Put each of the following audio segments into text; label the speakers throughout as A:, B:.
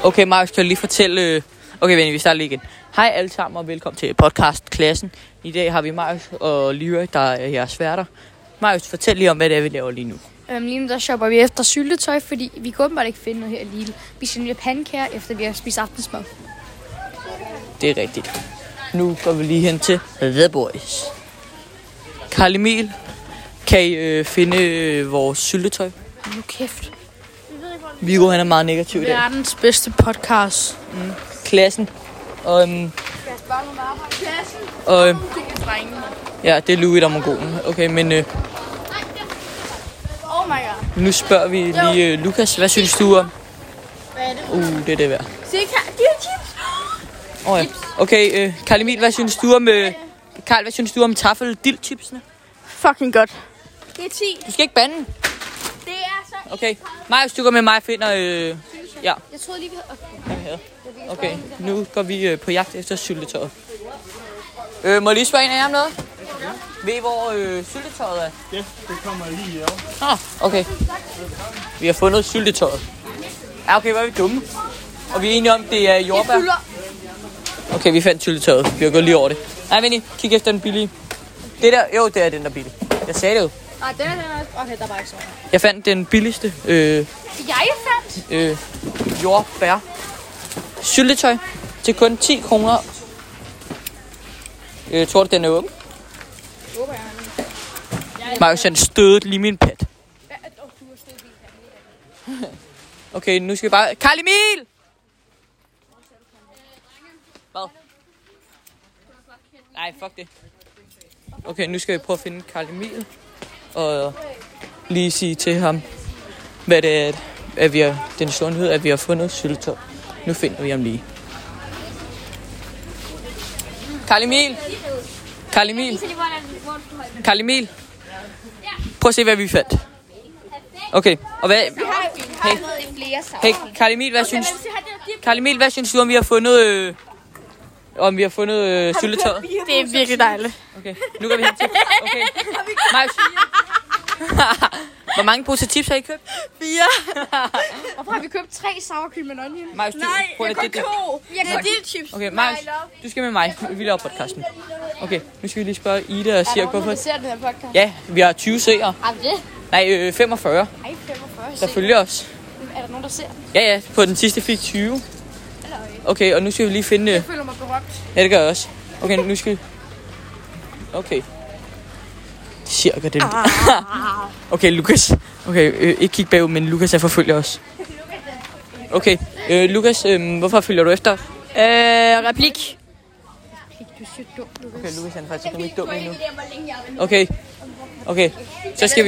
A: Okay, Marius, kan jeg lige fortælle... Okay, venner, vi starter lige igen. Hej alle sammen, og velkommen til podcast Klassen. I dag har vi Marius og Lyra, der er jeres værter. Marius, fortæl lige om, hvad det er, vi laver lige nu.
B: Lige nu der shopper vi efter syltetøj, fordi vi kan åbenbart ikke finde noget her i Lidl. Vi skal nemlig pandekager, efter vi har spist aftensmad.
A: Det er rigtigt. Nu går vi lige hen til The Boys. Karl Emil, kan I finde vores syltetøj?
B: Nu kæft.
A: Viggo, han er meget negativ i dag.
B: Verdens bedste podcast.
A: Klassen. Og, ja, det er Louis, der er mongolen. Okay, men
B: Oh my god.
A: nu spørger vi lige Lukas, hvad synes du om?
B: Hvad er det?
A: Det er det værd.
B: Se, de har chips.
A: Ja. Okay, Karl Emil, hvad synes du om Karl, hvad synes du om taffeldildchipsene?
B: Fucking godt. Det er 10.
A: Du skal ikke bande.
B: Det er så...
A: Okay, Marius, du går med mig og finder ja.
B: Jeg troede lige, vi havde...
A: Okay, nu går vi på jagt efter syltetøjet. Må jeg lige spørge en af jer om noget? Ja. Ved I, hvor syltetøjet er?
C: Ja, det kommer lige her.
A: Okay. Vi har fundet syltetøjet. Ja, okay, hvor er vi dumme. Og vi er enige om, det er jordbær. Okay, vi fandt syltetøjet. Vi har gået lige over det. Nej, Vinnie, kig efter den billige. Det der, jo, det er den der billige. Jeg sagde det jo.
B: Nej, den er okay, der er bare ikke så.
A: Jeg fandt den billigste.
B: Jeg fandt?
A: Jordbær. Syltetøj til kun 10 kroner. Jeg tror, den er åben. Marius, han stødede lige min pat. Okay, nu skal vi bare... Karl Emil! Hvad? Nej, fuck det. Okay, nu skal vi prøve at finde Karl Emil. Og lige sige til ham, hvad det er, at vi har... Den store nyhed, at vi har fundet syltetøj. Nu finder vi ham lige. Karl Emil! Karl Emil! Karl Emil! Prøv at se, hvad vi fandt. Okay, og hvad... Hey, Karl Emil, hvad synes... Karl Emil, hvad synes du, om vi har fundet... syltetøjet?
B: Det er virkelig dejligt.
A: Okay, nu går vi hen til... Okay, Marius. Hvor mange poser chips har I købt?
B: 4. Hvorfor har vi købt 3 sour cream and onion?
A: Marius,
B: Jeg har kun 2. Jeg har dildchips.
A: Okay, Marius, du skal med mig. Vi laver podcasten. Okay, nu skal vi lige spørge Ida og Sirk, hvorfor...
B: Er der ser den her podcast?
A: Ja, vi har 20 seere.
B: Er det?
A: Nej, 45.
B: Ej, 45.
A: Der følger os.
B: Er der nogen, der ser den?
A: Ja, på den sidste fik 20. Okay, og nu skal vi lige finde...
B: Jeg føler mig berømt.
A: Ja, det gør jeg også. Okay, nu skal vi... Okay. Cirka den. Okay, Lukas. Okay, ikke kig bagud, men Lukas er forfølger os. Okay, Lukas, hvorfor følger du efter?
B: Replik. Du er så dum, Lukas.
A: Okay, Lukas er faktisk ikke dum endnu. Okay, så skal vi...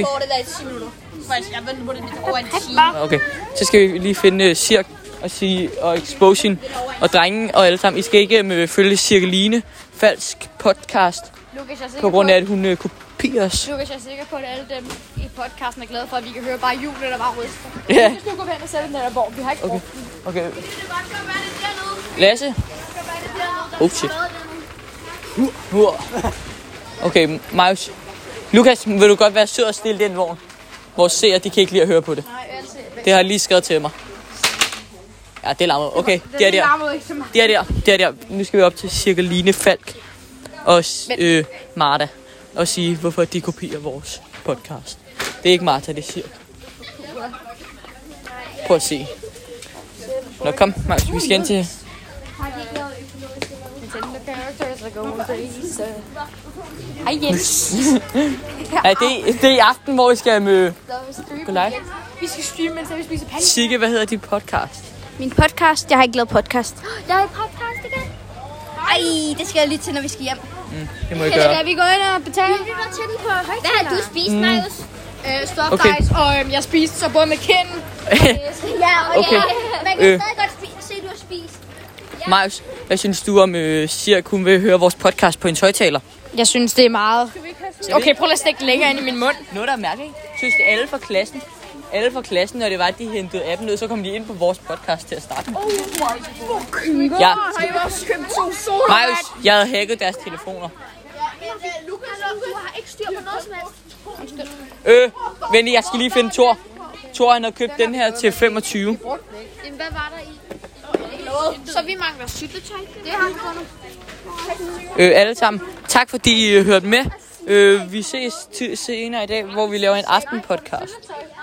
A: Okay, så skal vi lige finde Sirk og Explosion og drengen og alle sammen. I skal ikke følge Cirkeline falsk podcast på grund af, at hun kopierer os.
B: Lukas, jeg er sikker på, at alle dem i podcasten er glade for, at vi kan høre bare julen eller bare ryster.
A: Ja.
B: Vi skal gå hen og sætte den der borg. Vi har ikke brugt den.
A: Okay. Lasse? Oh shit. Okay, Marius. Lukas, vil du godt være sød og stille den vogn? Vores seere, de kan ikke lide at høre på det. Det har jeg lige skrevet til mig. Ja, det larmer. Okay, det er der. Det er der. Nu skal vi op til Cirkeline Falk og Martha og sige, hvorfor de kopierer vores podcast. Det er ikke Martha, det er Cirk. Prøv at se. Nå, kom, Marius, vi skal ind til...
B: Hej Jens.
A: Ja, det er i aften, hvor vi skal møde... Gå live.
B: Vi skal streame, mens vi spiser pandekager.
A: Sigge, hvad hedder din podcast?
B: Min podcast? Jeg har ikke lavet podcast. Jeg har en podcast igen. Ej, det skal jeg lige til, når vi skal hjem.
A: Det må jeg gøre.
B: Kan vi gå ind og betale? Vi var til den på højtaler. Hvad har du spist, Marius? Stop
A: Okay.
B: guys, og jeg spiste så både med kinden. Ja, og
A: Okay.
B: man kan stadig godt se, du har spist.
A: Marius, hvad synes du om Sirk, hun vil høre vores podcast på en højtaler?
B: Jeg synes, det er meget... Okay, prøv at stikke længere ind i min mund.
A: Noget, der er mærkeligt. Synes det alle fra klassen, når det var, at de hentede appen ud, så kom de ind på vores podcast til at starte med. Ja.
B: Har I også købt 2 soda?
A: Marius, jeg havde hacket deres telefoner.
B: Lukas, du har ikke styr på noget som helst.
A: Venlig, jeg skal lige finde Thor. Thor, han har købt den her til 25.
B: Jamen, hvad var der i? Så vi mangler syltetøj. Det har vi fundet.
A: Alle sammen. Tak fordi I hørte med. Vi ses senere i dag, hvor vi laver en aftenpodcast.